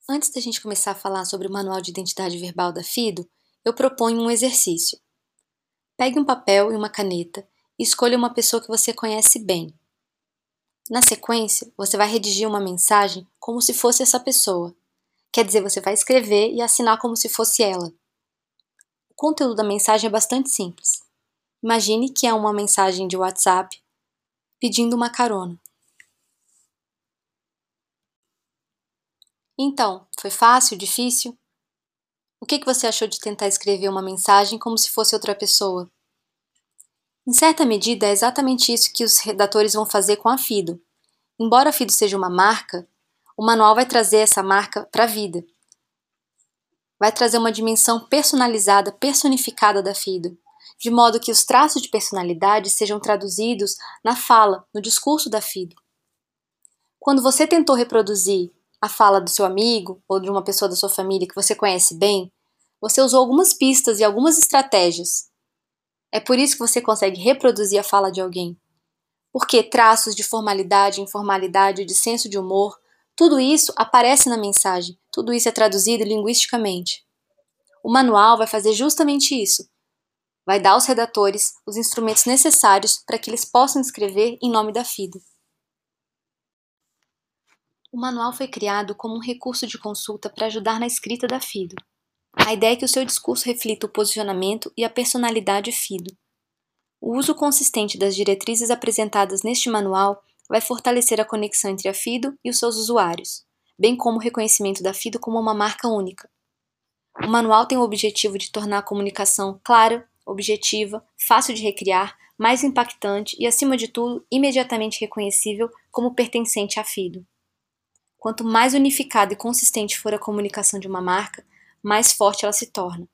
Antes da gente começar a falar sobre o Manual de Identidade Verbal da FIDO, eu proponho um exercício. Pegue um papel e uma caneta e escolha uma pessoa que você conhece bem. Na sequência, você vai redigir uma mensagem como se fosse essa pessoa. Quer dizer, você vai escrever e assinar como se fosse ela. O conteúdo da mensagem é bastante simples. Imagine que é uma mensagem de WhatsApp pedindo uma carona. Então, foi fácil, difícil? O que você achou de tentar escrever uma mensagem como se fosse outra pessoa? Em certa medida, é exatamente isso que os redatores vão fazer com a FIDO. Embora a FIDO seja uma marca, o manual vai trazer essa marca para a vida. Vai trazer uma dimensão personalizada, personificada da FIDO, de modo que os traços de personalidade sejam traduzidos na fala, no discurso da FIDO. Quando você tentou reproduzir a fala do seu amigo ou de uma pessoa da sua família que você conhece bem, você usou algumas pistas e algumas estratégias. É por isso que você consegue reproduzir a fala de alguém. Porque traços de formalidade, informalidade, de senso de humor, tudo isso aparece na mensagem, tudo isso é traduzido linguisticamente. O manual vai fazer justamente isso. Vai dar aos redatores os instrumentos necessários para que eles possam escrever em nome da FIDO. O manual foi criado como um recurso de consulta para ajudar na escrita da FIDO. A ideia é que o seu discurso reflita o posicionamento e a personalidade FIDO. O uso consistente das diretrizes apresentadas neste manual vai fortalecer a conexão entre a FIDO e os seus usuários, bem como o reconhecimento da FIDO como uma marca única. O manual tem o objetivo de tornar a comunicação clara, objetiva, fácil de recriar, mais impactante e, acima de tudo, imediatamente reconhecível como pertencente à FIDO. Quanto mais unificada e consistente for a comunicação de uma marca, mais forte ela se torna.